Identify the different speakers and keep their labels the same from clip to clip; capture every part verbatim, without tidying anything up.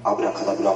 Speaker 1: アブラカダブラ。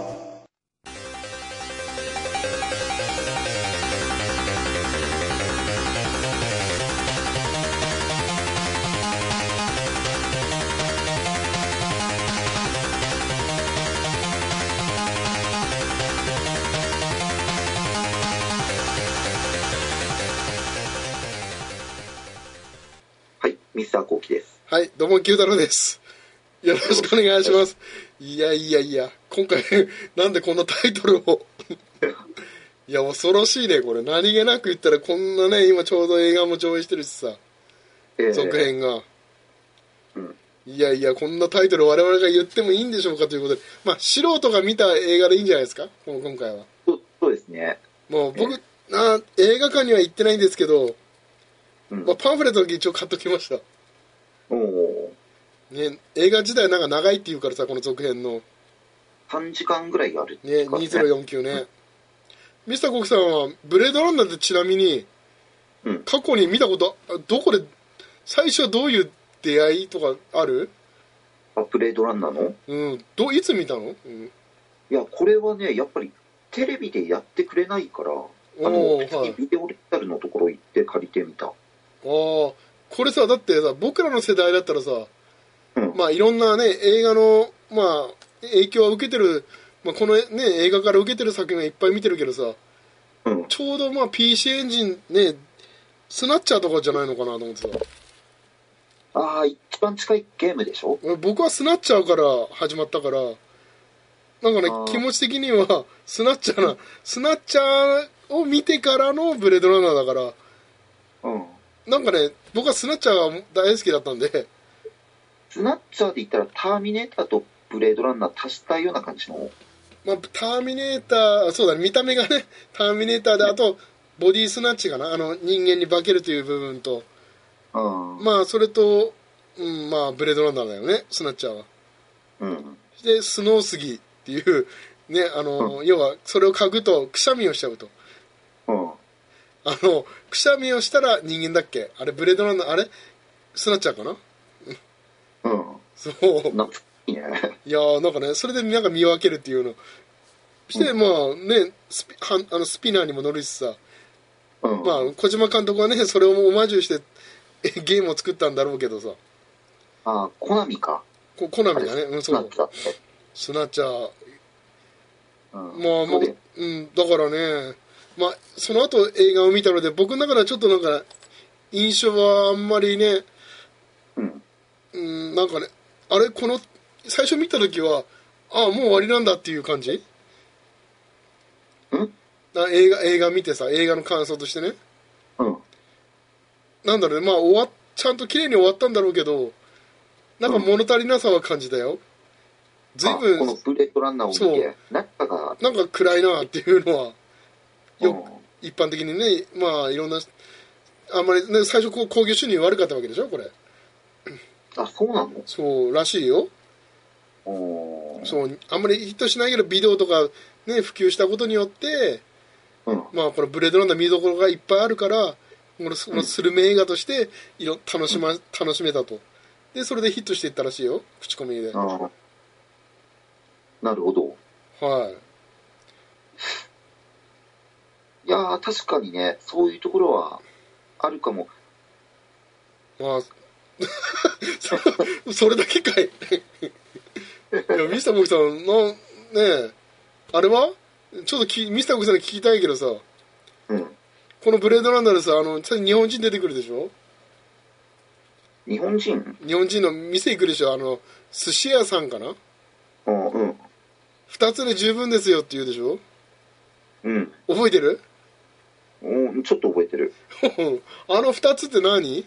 Speaker 2: はい、ミスターコウキです。
Speaker 3: はい、どうも、九太郎です。よろしくお願いします。いやいやいや、今回、なんでこんなタイトルを。いや、恐ろしいね、これ。何気なく言ったら、こんなね、今ちょうど映画も上映してるしさ、
Speaker 2: えー、
Speaker 3: 続編が。
Speaker 2: うん。
Speaker 3: いやいや、こんなタイトル我々が言ってもいいんでしょうかということで、まあ、素人が見た映画でいいんじゃないですか、この今回は。
Speaker 2: そ, そうですね。
Speaker 3: もう僕、えー、あ映画館には行ってないんですけど、
Speaker 2: うん、
Speaker 3: まあ、パンフレットだけ一応買っときました。
Speaker 2: おお。
Speaker 3: ね、映画自体なんか長いっていうからさ、この続編の。さ
Speaker 2: さんじかんぐらいある
Speaker 3: ね、にせんよんきゅうね。ミスターコキさんは、ブレードランナーってちなみに、
Speaker 2: うん、
Speaker 3: 過去に見たこと、どこで、最初はどういう出会いとかある？
Speaker 2: あ、ブレードランナーの？
Speaker 3: うん、どいつ見たの？うん、
Speaker 2: いや、これはね、やっぱりテレビでやってくれないから、あの、普通にビデオレンタルのところ行って借りてみた。ああ、
Speaker 3: これさ、だってさ、僕らの世代だったらさ、
Speaker 2: うん、
Speaker 3: まあいろんなね、映画の、まあ、影響を受けてる、まあ、このね、映画から受けてる作品はいっぱい見てるけどさ、
Speaker 2: うん、
Speaker 3: ちょうどまあ ピーシー エンジンね、スナッチャーとかじゃないのかなと思ってさ。
Speaker 2: ああ、一番近いゲームでしょ？
Speaker 3: 僕はスナッチャーから始まったから、なんかね、気持ち的には、スナッチャーな、スナッチャーを見てからのブレードランナーだから、
Speaker 2: うん。
Speaker 3: なんかね、僕はスナッチャーが大好きだったんで。
Speaker 2: スナッチャーで言ったらターミネーターとブレードランナー足したような感じの？
Speaker 3: まあ、ターミネーター、そうだね、見た目がね、ターミネーターで、あと、ボディスナッチかな、あの、人間に化けるという部分と、
Speaker 2: うん。
Speaker 3: まあ、それと、うん、まあ、ブレードランナーだよね、スナッチャーは。
Speaker 2: うん。
Speaker 3: で、スノースギっていう、ね、あの、
Speaker 2: うん、
Speaker 3: 要は、それを嗅ぐと、くしゃみをしちゃうと。
Speaker 2: うん。
Speaker 3: あの、くしゃみをしたら人間だっけ？あれ、ブレードランナー、あれスナッチャーかな？
Speaker 2: うん。
Speaker 3: そう。
Speaker 2: 懐かしいね。
Speaker 3: いやー、なんかね、それでなんか見分けるっていうの。して、
Speaker 2: うん、
Speaker 3: まあね、スピ、はんあのスピナーにも乗るしさ、
Speaker 2: うん、
Speaker 3: まあ、小島監督はね、それをオマージュしてえゲームを作ったんだろうけどさ。
Speaker 2: ああ、コナミか。
Speaker 3: こコナミだね、うん、そう。スナッチャー。
Speaker 2: うん、
Speaker 3: まあ、もう、うん、だからね、まあ、その後映画を見たので、僕の中ではちょっとなんか、印象はあんまりね、
Speaker 2: うん、
Speaker 3: うん、なんかね、あれ、この、最初見た時は、ああ、もう終わりなんだっていう感じ？
Speaker 2: ん？
Speaker 3: あ映画、映画見てさ、映画の感想としてね。
Speaker 2: うん。
Speaker 3: なんだろうね、まあ、終わちゃんと綺麗に終わったんだろうけど、なんか物足りなさは感じたよ。随分、
Speaker 2: このブレードランナーを見て、なんかが、
Speaker 3: なんか暗いなっていうのは、よく、一般的にね、まあ、いろんな、あんまりね、最初こう興行収入悪かったわけでしょ、これ。
Speaker 2: あ、そうなの？
Speaker 3: そうらしいよ。そう、あんまりヒットしないけど、ビデオとかね、普及したことによって、
Speaker 2: うん、
Speaker 3: まあ、このブレードランナー見どころがいっぱいあるから、このこのスルメ映画としていろ楽しま、楽しめたと。で、それでヒットしていったらしいよ、口コミで。
Speaker 2: あ、なるほど。
Speaker 3: はい。
Speaker 2: いやー、確かにね、そういうところはあるかも。
Speaker 3: まあ、そ, それだけかい。いや、ミスターコキさんの、ねえ、あれはちょっときミスターコキさんに聞きたいけどさ、
Speaker 2: うん。
Speaker 3: このブレードランナーでさ、あの、日本人出てくるでしょ？
Speaker 2: 日本人？
Speaker 3: 日本人の店行くでしょ？あの、寿司屋さんかな？
Speaker 2: うん、うん。
Speaker 3: 二つで十分ですよって言うでしょ？
Speaker 2: うん。
Speaker 3: 覚えてる？
Speaker 2: お、ちょっと覚えてる。
Speaker 3: あの二つって何？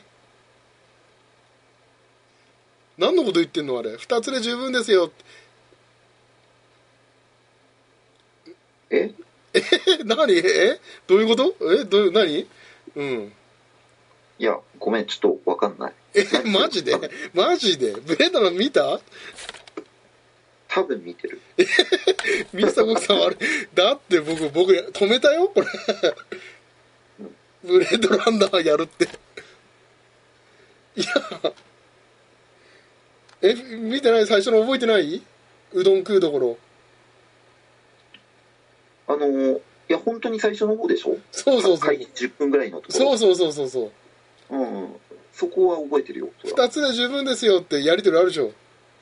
Speaker 3: 何のこと言ってんのあれ？二つで十分ですよ。
Speaker 2: え？
Speaker 3: え何？えどういうこと？えどういう、何？うん。
Speaker 2: いや、ごめん、ちょっとわかんない。
Speaker 3: え、マジで？マジでブレードラン見た？
Speaker 2: 多分見てる。
Speaker 3: ミスターコキさんあれ、だって僕、僕、止めたよこれ。ブレードランナーやるって。いや、え、見てない？最初の覚えてない？うどん食うところ。
Speaker 2: あのー、いや、本当に最初の方でしょ？
Speaker 3: そうそうそう。
Speaker 2: 開始じゅっぷんぐらいのところ。
Speaker 3: そうそうそうそう。
Speaker 2: うん、うん。そこは覚えてるよ。
Speaker 3: 二つで十分ですよってやりとりあるでしょ。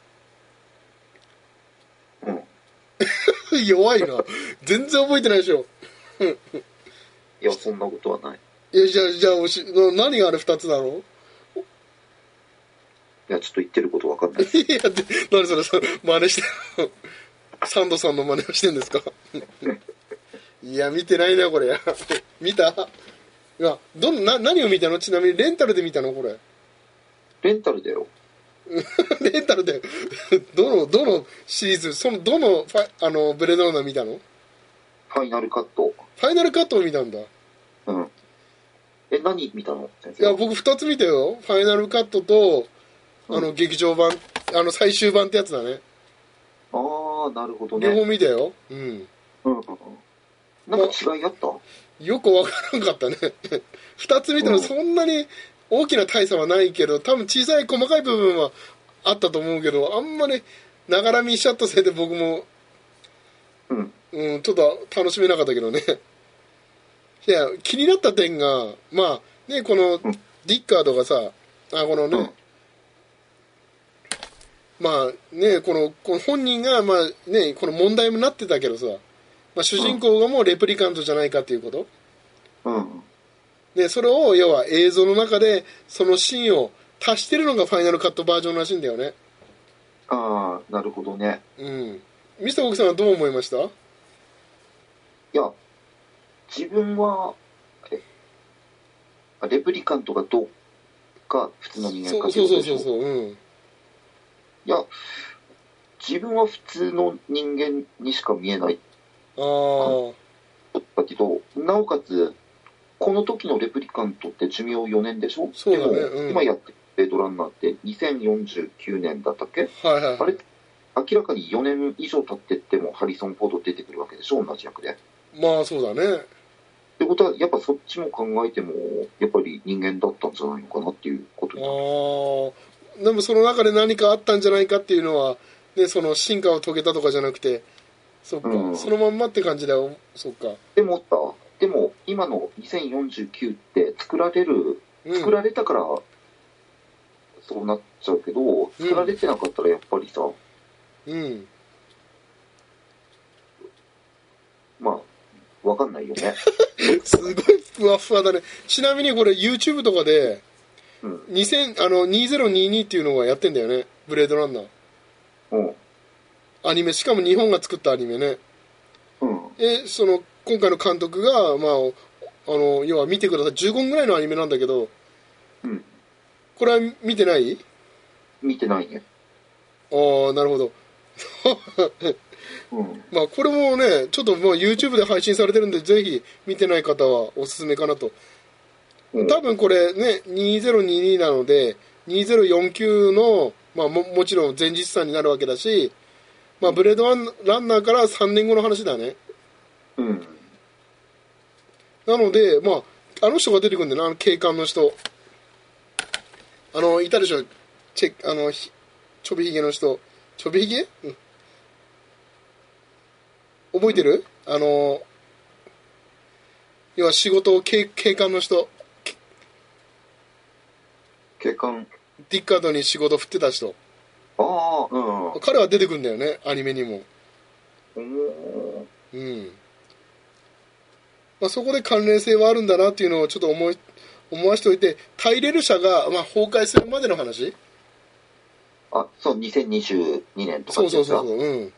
Speaker 2: うん。
Speaker 3: 弱いな。全然覚えてないでしょ。
Speaker 2: いや、そんなことはない。
Speaker 3: いや、じゃあ、じゃあ、し何があれ二つなの？
Speaker 2: いや、ちょっと言ってることわかんない。
Speaker 3: いや、何それ、それ真似してる。サンドさんの真似をしてんですか？いや、見てないな、これ。見た？いや、どんな、何を見たの？ちなみに、レンタルで見たのこれ。
Speaker 2: レンタルだよ。
Speaker 3: レンタルで、どの、どのシリーズ、その、どの、ファあの、ブレードランナー見たの？
Speaker 2: ファイナルカット。
Speaker 3: ファイナルカットを見たんだ。
Speaker 2: うん。え、何見たの？先生。
Speaker 3: いや、僕二つ見たよ。ファイナルカットと、あの、うん、劇場版、あの、最終版ってやつだね。
Speaker 2: ああ、なるほどね。
Speaker 3: 両方見たよ。うん。
Speaker 2: うん。なんか違いあった？ま
Speaker 3: あ、よくわからんかったね。二つ見てもそんなに大きな大差はないけど、多分小さい細かい部分はあったと思うけど、あんまりながら見しちゃったせいで僕も、
Speaker 2: うん。
Speaker 3: うん、ちょっと楽しめなかったけどね。いや、気になった点が、まあ、ね、この、ディッカードがさ、あ、このね、うん、まあね、この、この本人が、まあね、この問題になってたけどさ、まあ、主人公がもうレプリカントじゃないかっていうこと。
Speaker 2: うん。
Speaker 3: で、それを、要は映像の中で、そのシーンを足してるのがファイナルカットバージョンらしいんだよね。
Speaker 2: ああ、なるほどね。
Speaker 3: うん。ミスター奥さんはどう思いました？
Speaker 2: いや、自分は、え、レプリカントがどうか、普通の人間かってことでしょ？
Speaker 3: そうそうそうそう、うん。い
Speaker 2: や、自分は普通の人間にしか見えない。
Speaker 3: ああ。
Speaker 2: だけど、なおかつ、この時のレプリカントって寿命よねんでしょ？
Speaker 3: そうだね。
Speaker 2: でも、うん、今やってるブレードランナーってにせんよんじゅうきゅうねんだったっけ？
Speaker 3: はいはい。
Speaker 2: あれ、明らかによねん以上経ってってもハリソン・フォード出てくるわけでしょ？同じ役で。
Speaker 3: まあそうだね。
Speaker 2: ってことは、やっぱそっちも考えても、やっぱり人間だったんじゃないのかなっていうことになる。
Speaker 3: ああ。でもその中で何かあったんじゃないかっていうのは、ね、その進化を遂げたとかじゃなくて、そっか、うん、そのまんまって感じだよ。そっか。
Speaker 2: でもさ、でも今のにせんよんじゅうきゅうって作られる、うん、作られたからそうなっちゃうけど、作られてなかったらやっぱりさ、
Speaker 3: うん。
Speaker 2: まあ、わかんないよね。
Speaker 3: すごいふわふわだね。ちなみにこれ YouTube とかで、うん、にせんあのにせんにじゅうにっていうのがやってんだよね。ブレードランナー。
Speaker 2: うん。
Speaker 3: アニメ、しかも日本が作ったアニメね。
Speaker 2: うん。
Speaker 3: で、その、今回の監督が、まあ、あの、要は見てください。じゅうごふんぐらいのアニメなんだけど、
Speaker 2: うん。
Speaker 3: これは見てない？
Speaker 2: 見てないね。
Speaker 3: ああ、なるほど。
Speaker 2: うん、
Speaker 3: まあ、これもね、ちょっともう YouTube で配信されてるんで、ぜひ見てない方はおすすめかなと。うん、多分これね、にせんにじゅうになので、にせんよんじゅうきゅうの、まあも、もちろん前日さんになるわけだし、まあ、ブレードランナーからさんねんごの話だね。
Speaker 2: うん。
Speaker 3: なので、まあ、あの人が出てくるんだよな、あの警官の人。あの、いたでしょ、チェあの、ちょびひげの人。ちょびひげ？うん。覚えてる？あの、要は仕事を警、警官の人。
Speaker 2: 警官？
Speaker 3: ディッカードに仕事振ってた人。
Speaker 2: ああ、うん。
Speaker 3: 彼は出てくるんだよね、アニメにも。
Speaker 2: うん。
Speaker 3: うん。まあ、そこで関連性はあるんだなっていうのをちょっと思い、思わせておいて、タイレル社が、まあ、崩壊するまでの話。
Speaker 2: あ、そう、にせんにじゅうにねんとか。
Speaker 3: そうそうそうそう、うん。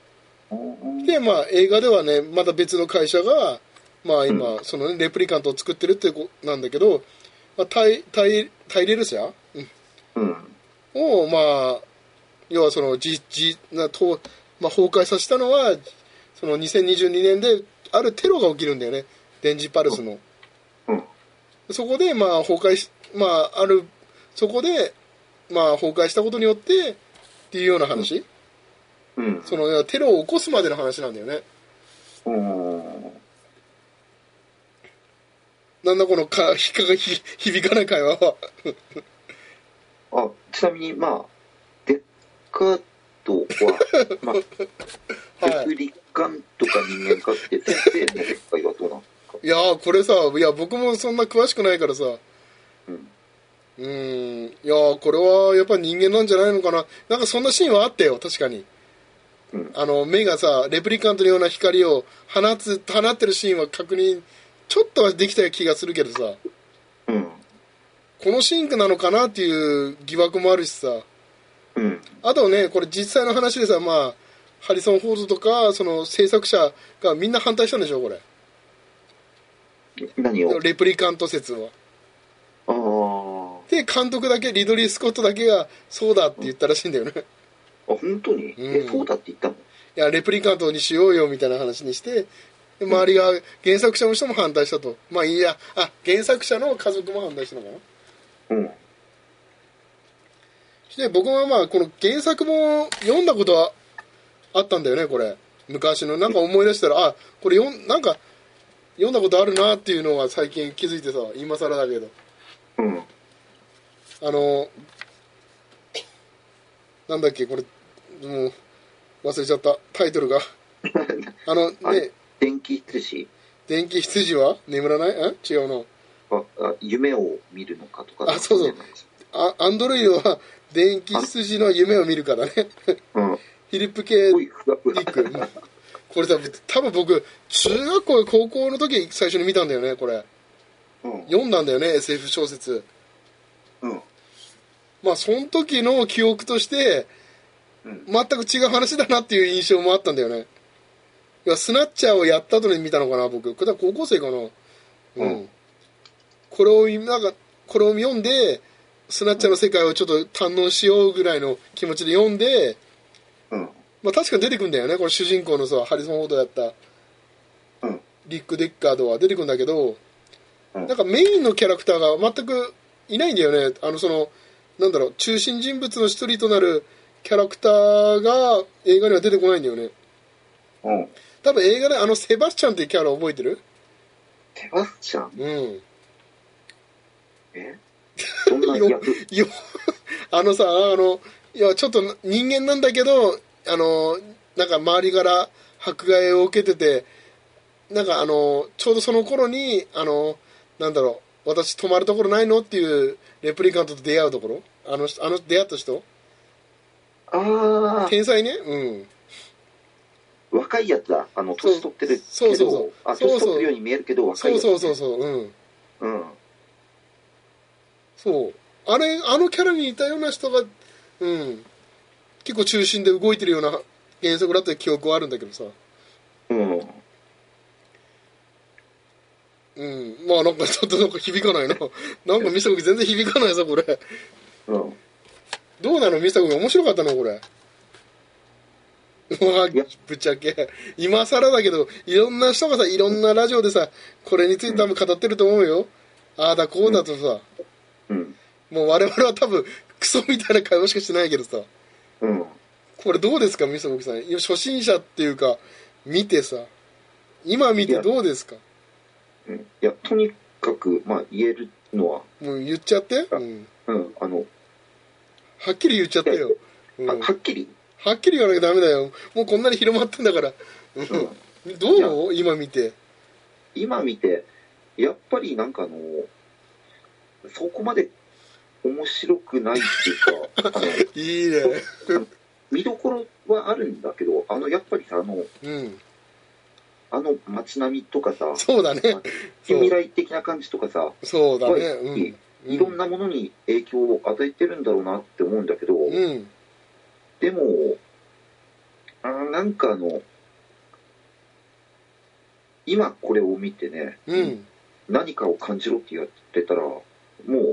Speaker 3: で、まあ、映画ではね、また別の会社が、まあ今、うん、そのね、レプリカントを作ってるってことなんだけど、まあ、タイ、タイ、タイレル社、
Speaker 2: うん、
Speaker 3: を、まあ、要はその、じ、じ、な、と、まあ、崩壊させたのは、そのにせんにじゅうにねんで、あるテロが起きるんだよね。電磁パルスの。
Speaker 2: うん。
Speaker 3: そこで、まあ、崩壊し、まあ、ある、そこで、まあ、崩壊したことによって、っていうような話。
Speaker 2: うん。
Speaker 3: その、テロを起こすまでの話なんだよね。
Speaker 2: うん。
Speaker 3: なんだこのか、ひかがひ、響かない会話は。
Speaker 2: あ、ちなみに、まあ、デッカトは、まあ、レプリカントか人間かって先生の見解はどうなんですか？
Speaker 3: いやーこれさ、いや僕もそんな詳しくないからさ、
Speaker 2: うん。
Speaker 3: うーん、いやーこれはやっぱり人間なんじゃないのかな。なんかそんなシーンはあったよ、確かに。
Speaker 2: うん。
Speaker 3: あの、目がさ、レプリカントのような光を放つ、放ってるシーンは確認、ちょっとはできた気がするけどさ、
Speaker 2: うん。
Speaker 3: このシーンなのかなっていう疑惑もあるしさ、
Speaker 2: うん。
Speaker 3: あとね、これ実際の話でさ、まあ、ハリソン・フォードとか、その制作者がみんな反対したんでしょ、これ。
Speaker 2: 何を？
Speaker 3: レプリカント説は。
Speaker 2: ああ。
Speaker 3: で、監督だけ、リドリー・スコットだけが、そうだって言ったらしいんだよね。
Speaker 2: あ、本当に？
Speaker 3: うん、
Speaker 2: え、そうだって言ったの？
Speaker 3: いや、レプリカントにしようよみたいな話にして、で周りが、原作者の人も反対したと。まあいいや、あ、原作者の家族も反対したのかな。
Speaker 2: うん。
Speaker 3: で、僕はまあ、この原作も読んだことはあったんだよね、これ。昔の。なんか思い出したら、あ、これよん、なんか、読んだことあるなっていうのが最近気づいてさ、今更だけど。
Speaker 2: うん。
Speaker 3: あの、なんだっけ、これ、もう、忘れちゃった。タイトルが。あのね、
Speaker 2: 電気羊？
Speaker 3: 電気羊は眠らない？ん違うな。
Speaker 2: ああ、夢を見るのかとか。
Speaker 3: あ、そうそう。あ、アンドロイドは電気羊の夢を見るからね。
Speaker 2: うん。
Speaker 3: フィリップ・ケイ・ディック。これ多分、多分僕、中学校、高校の時最初に見たんだよね、これ。うん、読んだんだよね、エスエフ 小説。
Speaker 2: うん。
Speaker 3: まあ、その時の記憶として、うん、全く違う話だなっていう印象もあったんだよね。いや、スナッチャーをやった後に見たのかな、僕。これは高校生かな。うん。うん、これを、なんか、これを読んで、スナッチャーの世界をちょっと堪能しようぐらいの気持ちで読んで、うん。まあ確かに出てくるんだよね、これ主人公のさ、ハリソン・フォードやった、うん。リック・デッカードは出てくるんだけど、うん、なんかメインのキャラクターが全くいないんだよね。あの、その、なんだろう、中心人物の一人となるキャラクターが映画には出てこないんだよね。うん。多分映画であのセバスチャンっていうキャラ覚えてる？
Speaker 2: セバスチャン？
Speaker 3: うん。
Speaker 2: え？どんな役？
Speaker 3: よ、あのさ、あの、いや、ちょっと人間なんだけど、あの、なんか周りから迫害を受けてて、なんかあの、ちょうどその頃に、あの、なんだろう、私泊まるところないのっていうレプリカントと出会うところ、あの、あの出会った人？
Speaker 2: ああ。
Speaker 3: 天才ね。うん。
Speaker 2: 若いやつだ。あの、年取ってるけど。
Speaker 3: そうそうそう。
Speaker 2: あ、年取ってるように見えるけど、若いやつ、ね。
Speaker 3: そうそうそうそう。うん。
Speaker 2: うん。
Speaker 3: そう。あれ、あのキャラに似たような人が、うん。結構中心で動いてるような原作だった記憶はあるんだけどさ。うん。うん。まあなんかちょっとなんか響かないな。なんかミサコキ全然響かないさ、これ。うん。どうなのミサコキ面白かったのこれ。まあ、ぶっちゃけ。今更だけど、いろんな人がさ、いろんなラジオでさ、これについて多分語ってると思うよ。ああだこうだとさ。うん。もう我々は多分、クソみたいな会話しかしてないけどさ。うん。これどうですか、ミサコキさん。初心者っていうか、見てさ。今見てどうですか？
Speaker 2: いや、うん、いやとにかく、まあ言えるのは。
Speaker 3: もう言っちゃって。うん。
Speaker 2: うん、あの。
Speaker 3: はっきり言っちゃってよ。
Speaker 2: うん、は, はっきり
Speaker 3: はっきり言わなきゃダメだよ。もうこんなに広まってんだから。うん、どう？今見て。
Speaker 2: 今見て、やっぱりなんかあの、そこまで面白くないっていうか、あの
Speaker 3: いいね。
Speaker 2: 見どころはあるんだけど、あの、やっぱりさ、あの、うん、あの街並みとかさ、
Speaker 3: そうだね。
Speaker 2: 未来的な感じとかさ、
Speaker 3: そうだね。うん、
Speaker 2: いろんなものに影響を与えてるんだろうなって思うんだけど、うん、でも、あなんかあの、今これを見てね、うん、何かを感じろって言われたら、もう、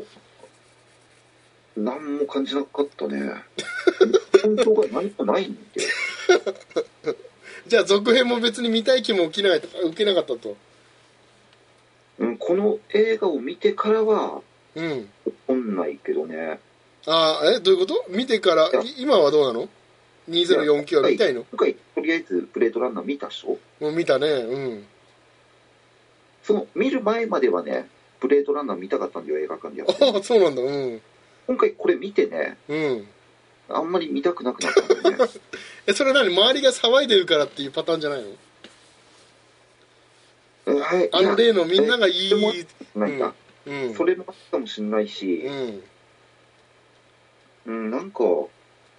Speaker 2: 何も感じなかったね。本当が何もないんで。
Speaker 3: じゃあ続編も別に見たい気も起きないとか、受けなかったと。
Speaker 2: うん、この映画を見てからは、うん。怒んないけどね。
Speaker 3: ああ、え、どういうこと？見てから、今はどうなの？ にせんよんきゅう は見たいの？
Speaker 2: 今回、とりあえず、ブレードランナー見たでしょ？
Speaker 3: もう見たね、うん。
Speaker 2: その、見る前まではね、ブレードランナー見たかったんだよ、映画館でやって。
Speaker 3: ああ、そうなんだ、うん。
Speaker 2: 今回これ見てね、
Speaker 3: うん。
Speaker 2: あんまり見たくなくなったんだよね。
Speaker 3: え、それ何周りが騒いでるからっていうパターンじゃないの？
Speaker 2: えはい、
Speaker 3: あの例のみんながいい、
Speaker 2: なんか、うん、それもあったかもしれないし、
Speaker 3: うん、
Speaker 2: うん、なんか、よ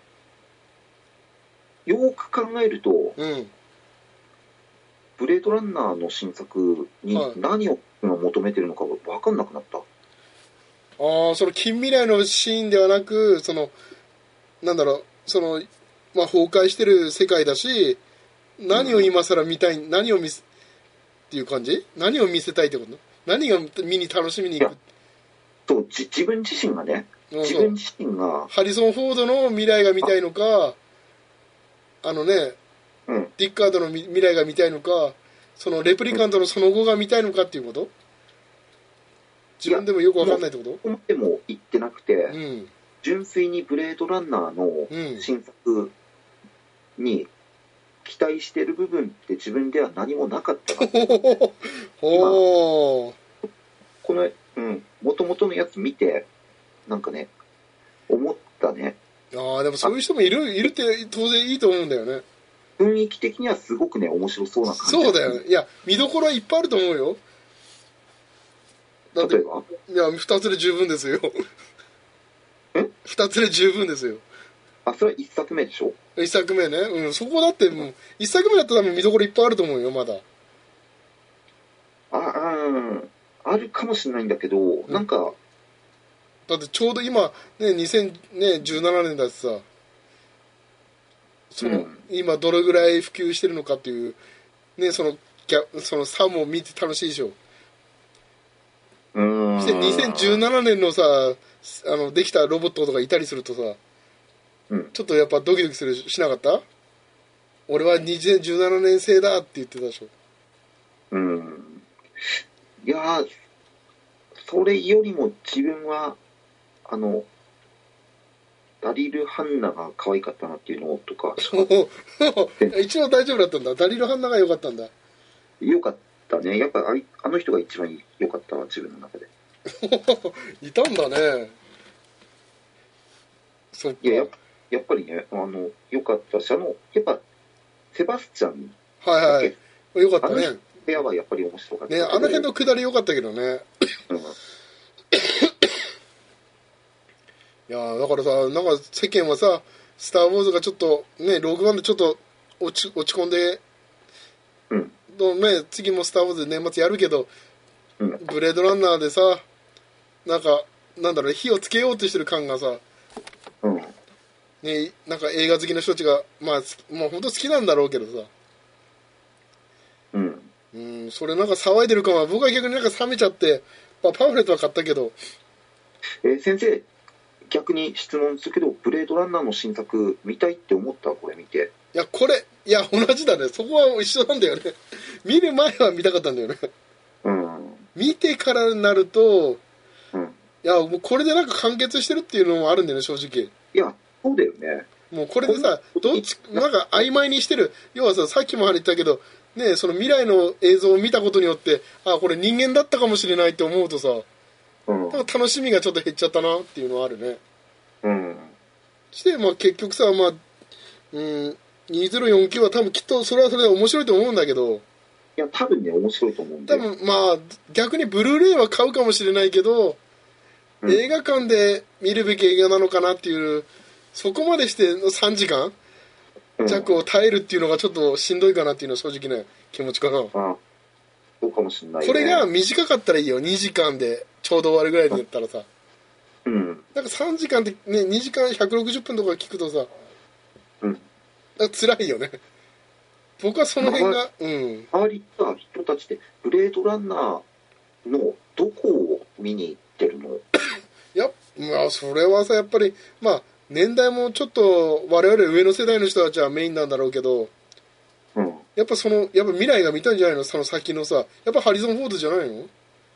Speaker 2: ーく考えると、
Speaker 3: うん、
Speaker 2: ブレードランナーの新作に何を求めてるのか分かんなくなった。
Speaker 3: ああ、その近未来のシーンではなく、その、なんだろう、その、まあ、崩壊してる世界だし、何を今更見たい、うん、何を見せ、っていう感じ？何を見せたいってこと？何が見に楽しみに行く？
Speaker 2: そう、じ自分自身がね、自分自身が。
Speaker 3: ハリソン・フォードの未来が見たいのか、あのね、
Speaker 2: うん、
Speaker 3: ディッカードの未来が見たいのか、そのレプリカントのその後が見たいのかっていうこと？自分でもよくわかんないってこと？
Speaker 2: ここまでも言ってなくて、
Speaker 3: うん、
Speaker 2: 純粋にブレードランナーの新作に期待してる部分って自分では何もなかったなって
Speaker 3: お
Speaker 2: この、うん、元々のやつ見てなんかね思ったね。
Speaker 3: ああ、でもそういう人もいるいるって当然いいと思うんだよね。
Speaker 2: 雰囲気的にはすごくね面白そうな感じ。
Speaker 3: そうだよ。いや見どころはいっぱいあると思うよ。
Speaker 2: だって例えば
Speaker 3: いやふたつで十分ですよ。
Speaker 2: え
Speaker 3: ふたつで十分ですよ。
Speaker 2: あ、それはいっさくめでしょ。
Speaker 3: いっさくめね。うん、そこだってもういっさくめだったら見どころいっぱいあると思うよまだ。
Speaker 2: あ、うん、あるかもしれないんだけど、うん、なんか
Speaker 3: だってちょうど今ねにせんじゅうななねんだってさ、その、うん、今どれぐらい普及してるのかっていうね、そのその差も見て楽しいでしょ。
Speaker 2: うーん。
Speaker 3: そしてにせんじゅうななねんのさ、あのできたロボットとかいたりするとさ、
Speaker 2: うん、
Speaker 3: ちょっとやっぱドキドキするしなかった？俺はにせんじゅうななねん製だって言ってたでしょ。
Speaker 2: うん。いやそれよりも自分はあのダリル・ハンナが可愛かったなっていうのとか
Speaker 3: 一応大丈夫だったんだ。ダリル・ハンナが良かったんだ。
Speaker 2: 良かったね。やっぱああの人が一番良かったわ自分の中で。
Speaker 3: いたんだね。そっか。
Speaker 2: いや や, やっぱりねあの良かったし、あのやっぱセバスチャン
Speaker 3: はいはい良かったね。
Speaker 2: あの部屋はやっぱり面白かった
Speaker 3: ね。あの辺の下り良かったけどね。うんいやだからさ、なんか世間はさ、スター・ウォーズがちょっとね、ローグワンでちょっと落ち落ち込んで、
Speaker 2: うん、
Speaker 3: のね、次もスター・ウォーズで年末やるけど、
Speaker 2: うん、
Speaker 3: ブレードランナーでさ、なんか、なんだろう、火をつけようとしてる感がさ、
Speaker 2: うん、
Speaker 3: ね、なんか映画好きな人たちが、まあ、もう本当好きなんだろうけどさ、
Speaker 2: うん、
Speaker 3: うん、それなんか騒いでる感は、僕は逆になんか冷めちゃって、まあ、パンフレットは買ったけど。
Speaker 2: えー、先生、逆に質問するけど、ブレードランナーの新作見たいって思った？これ見て。
Speaker 3: いや、これ、いや、同じだね。そこは一緒なんだよね。見る前は見たかったんだよね。
Speaker 2: うん。
Speaker 3: 見てからになると、
Speaker 2: うん。
Speaker 3: いや、もうこれでなんか完結してるっていうのもあるんだよね、正直。
Speaker 2: いや、そうだよね。
Speaker 3: もうこれでさ、どっち、なんか曖昧にしてる。要はさ、さっきも言ったけど、ね、その未来の映像を見たことによって、あ、これ人間だったかもしれないって思うとさ、
Speaker 2: うん、
Speaker 3: 楽しみがちょっと減っちゃったなっていうのはあるね。
Speaker 2: うん。
Speaker 3: して、まあ結局さ、まあ、うん、にせんよんじゅうきゅうは多分きっとそれはそれで面白いと思うんだけど、
Speaker 2: いや、多分ね、面白いと思うんで。
Speaker 3: 多分まあ、逆にブルーレイは買うかもしれないけど、うん、映画館で見るべき映画なのかなっていう、そこまでしてのさんじかん弱を耐えるっていうのがちょっとしんどいかなっていうのは正直な気持ちかな。
Speaker 2: ああ、そうかもしれない、ね。
Speaker 3: これが短かったらいいよ。にじかんでちょうど終わるぐらいだったらさ。
Speaker 2: うん。
Speaker 3: なんかさんじかんでね、にじかんひゃくろくじゅっぷんとか聞くとさ、
Speaker 2: うん。
Speaker 3: 辛いよね。僕はその辺が、うん。
Speaker 2: 周りた人たちって、ブレードランナーのどこを見に行ってるの？
Speaker 3: いや、まあ、それはさ、やっぱり、まあ、年代もちょっと我々上の世代の人たちはメインなんだろうけど、
Speaker 2: うん、
Speaker 3: やっぱその、やっぱ未来が見たいんじゃないの？その先のさ、やっぱハリソン・フォードじゃないの？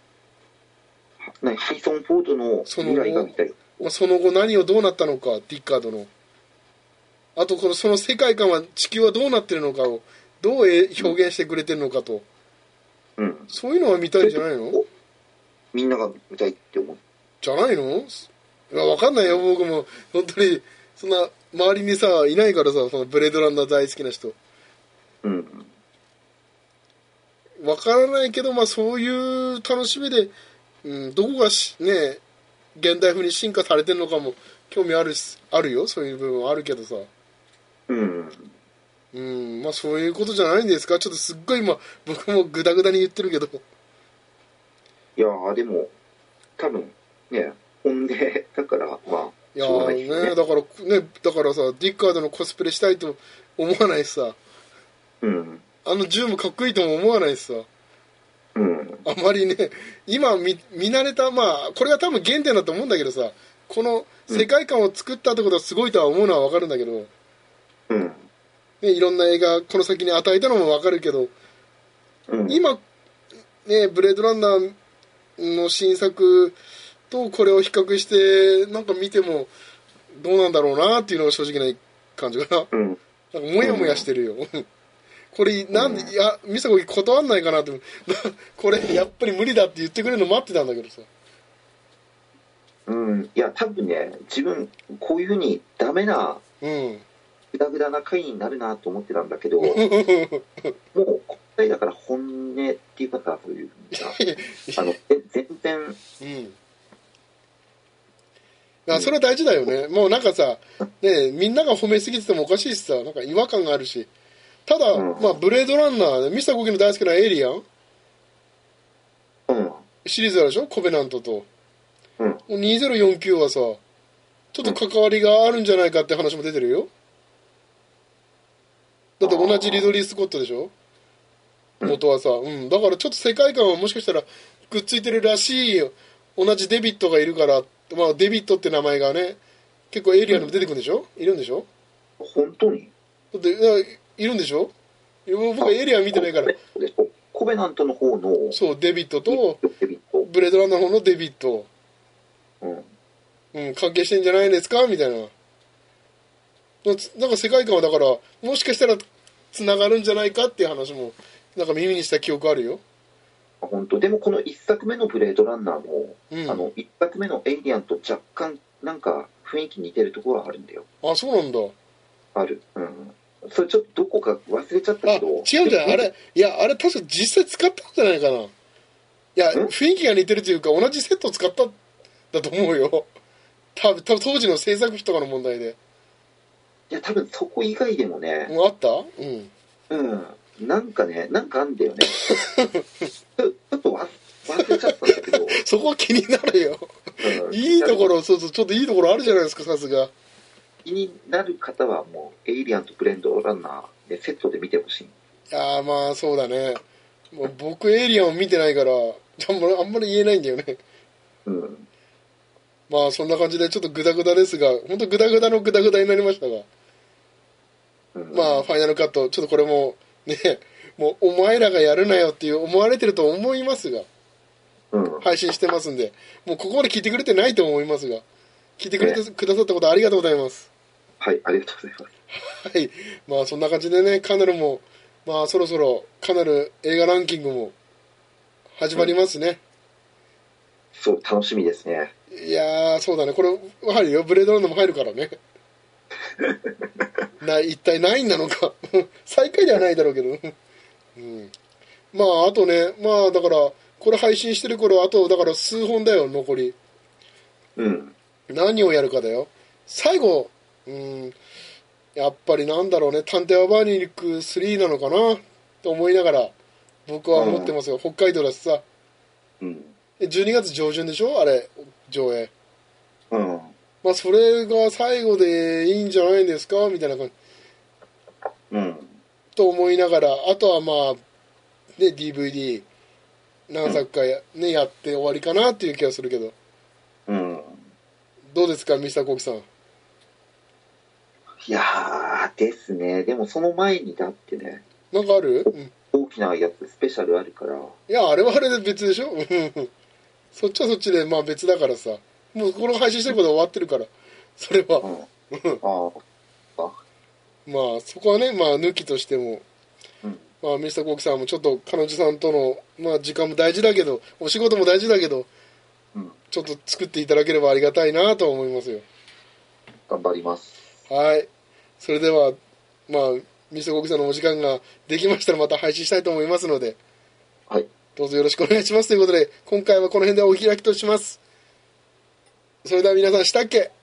Speaker 2: ハリソン・フォードの未来が見たい。
Speaker 3: まあ、その後何をどうなったのか、ディッカードの。あとこのその世界観は地球はどうなってるのかをどう表現してくれてるのかと、
Speaker 2: うん、
Speaker 3: そういうのは見たいんじゃないの？
Speaker 2: みんなが見たいって思う
Speaker 3: じゃないの？いや分かんないよ僕も本当にそんな周りにさいないからさ、そのブレードランナー大好きな人。
Speaker 2: うん
Speaker 3: わからないけど、まあそういう楽しみで、うん、どこがしね現代風に進化されてるのかも興味あるしあるよ。そういう部分はあるけどさ、
Speaker 2: うん
Speaker 3: うん、まあそういうことじゃないんですか。ちょっとすっごい今僕もグダグダに言ってるけど。
Speaker 2: いやーでも多分ね本音だからまあ
Speaker 3: いや
Speaker 2: しょうがないですよね。
Speaker 3: ーね、だからね、だからさ、ディッカードのコスプレしたいと思わないしさ、
Speaker 2: うん
Speaker 3: あの銃もかっこいいとも思わないしさ、
Speaker 2: うん
Speaker 3: あまりね、今見見慣れた、まあ、これが多分原点だと思うんだけどさ、この世界観を作ったってことはすごいとは思うのはわかるんだけど、
Speaker 2: うん
Speaker 3: ね、いろんな映画この先に与えたのもわかるけど、
Speaker 2: うん、
Speaker 3: 今、ね、ブレードランナーの新作とこれを比較してなんか見てもどうなんだろうなっていうのが正直な感じかな。
Speaker 2: うん、
Speaker 3: なんかモヤモヤしてるよ。これなんで、いや、ミサコ断んないかなって、これやっぱり無理だって言ってくれるの待ってたんだけどさ。
Speaker 2: うん、いや多分ね自分こういうふうにダメな
Speaker 3: うん。
Speaker 2: グダグダな回になるなと思ってたんだけどもう今回だから本音っていうかさそういうふうにさあの全然
Speaker 3: うん。あ、それは大事だよね。もうなんかさ、ね、みんなが褒めすぎててもおかしいしさ、なんか違和感があるし。ただ、
Speaker 2: うん
Speaker 3: まあ、ブレードランナー、ミスターコキの大好きなエイリアン
Speaker 2: うん
Speaker 3: シリーズあるでしょ、コベナントと。
Speaker 2: うん、
Speaker 3: にせんよんじゅうきゅうはさ、ちょっと関わりがあるんじゃないかって話も出てるよ。だって同じリドリー・スコットでしょ、元はさ。うん。だからちょっと世界観はもしかしたらくっついてるらしいよ。同じデビットがいるから、まあデビットって名前がね、結構エイリアンでも出てくるんでしょ、いるんでしょ
Speaker 2: 本当に
Speaker 3: だって、いやいるんでしょ、僕はエイリアン見てないから。
Speaker 2: コベナントの方の
Speaker 3: そう、デビットと、
Speaker 2: デビット、
Speaker 3: ブレードランナーの方のデビット。
Speaker 2: うん
Speaker 3: うん、関係してんじゃないですかみたいな。なんか世界観はだから、もしかしたら繋がるんじゃないかっていう話も、なんか耳にした記憶あるよ。
Speaker 2: 本当でもこのいっさくめのブレードランナーも、
Speaker 3: うん、
Speaker 2: あのいっさくめのエイリアンと若干なんか雰囲気似てるところはあるんだよ。
Speaker 3: あ、そうなんだ。
Speaker 2: ある。うん。それちょっとどこか忘れちゃったけど。
Speaker 3: あ、違うんじゃないあれ、いや、あれ確か実際使ったんじゃないかな。いや、雰囲気が似てるというか、同じセットを使ったんだと思うよ。多分、多分当時の制作費とかの問題で。
Speaker 2: いや、多分そこ以外でもね。
Speaker 3: もうあったうん。
Speaker 2: うん。なんかね、なんかあんだよね。ちょちょっと忘れちゃったんだけど。
Speaker 3: そこ気になるよ。うん、いいところ、そうそう、ちょっといいところあるじゃないですか、さすが。
Speaker 2: 気になる方はもう、エイリアンとブレンドランナーでセットで見てほしい。
Speaker 3: ああ、まあそうだね。もう僕、エイリアンを見てないから、あんまりあんまり言えないんだよね。
Speaker 2: うん。
Speaker 3: まあそんな感じでちょっとグダグダですが、本当グダグダのグダグダになりましたが、うん、まあファイナルカット、ちょっとこれもね、もうお前らがやるなよっていう思われてると思いますが、うん、配信してますんで、もうここまで聞いてくれてないと思いますが、聞いてくれて、ね、くださったことありがとうございます。
Speaker 2: はい、ありがとうございます。
Speaker 3: はい、まあそんな感じでね、カナルも、まあそろそろカナル映画ランキングも始まりますね。
Speaker 2: うん、そう、楽しみですね。
Speaker 3: いやー、そうだね。これ、入るよ。ブレードランドも入るからね。な、一体何位なのか。最下位ではないだろうけど。うん。まあ、あとね、まあ、だから、これ配信してる頃、あと、だから数本だよ、残り。
Speaker 2: うん。
Speaker 3: 何をやるかだよ。最後、うん、やっぱりなんだろうね、探偵アバーニックスリーなのかな、と思いながら、僕は思ってますよ。うん、北海道だしさ。うん。じゅうにがつ上旬でしょあれ、上映。うん。まあ、それが最後でいいんじゃないんですかみたいな感じ。うん。と思いながら、あとはまあ、ね、ディーブイディー 何作かや、ね、やって終わりかなっていう気がするけど。うん。どうですか、ミスターコウキさん。
Speaker 2: いやー、ですね。でもその前にだってね。
Speaker 3: なんかある？うん。
Speaker 2: 大きなやつ、スペシャルあるから。
Speaker 3: いや、あれはあれで別でしょそっちはそっちで、まあ別だからさ。もうこの配信してることは終わってるから。それは。うん、ああ。まあそこはね、まあ抜きとしても。うん、まあミスターコウキさんもちょっと彼女さんとの、まあ時間も大事だけど、お仕事も大事だけど、うん、ちょっと作っていただければありがたいなと思いますよ。
Speaker 2: 頑張ります。
Speaker 3: はい。それでは、まあ、ミスターコキさんのお時間ができましたらまた配信したいと思いますので、
Speaker 2: はい。
Speaker 3: どうぞよろしくお願いしますということで、今回はこの辺でお開きとします。それでは皆さん、したっけ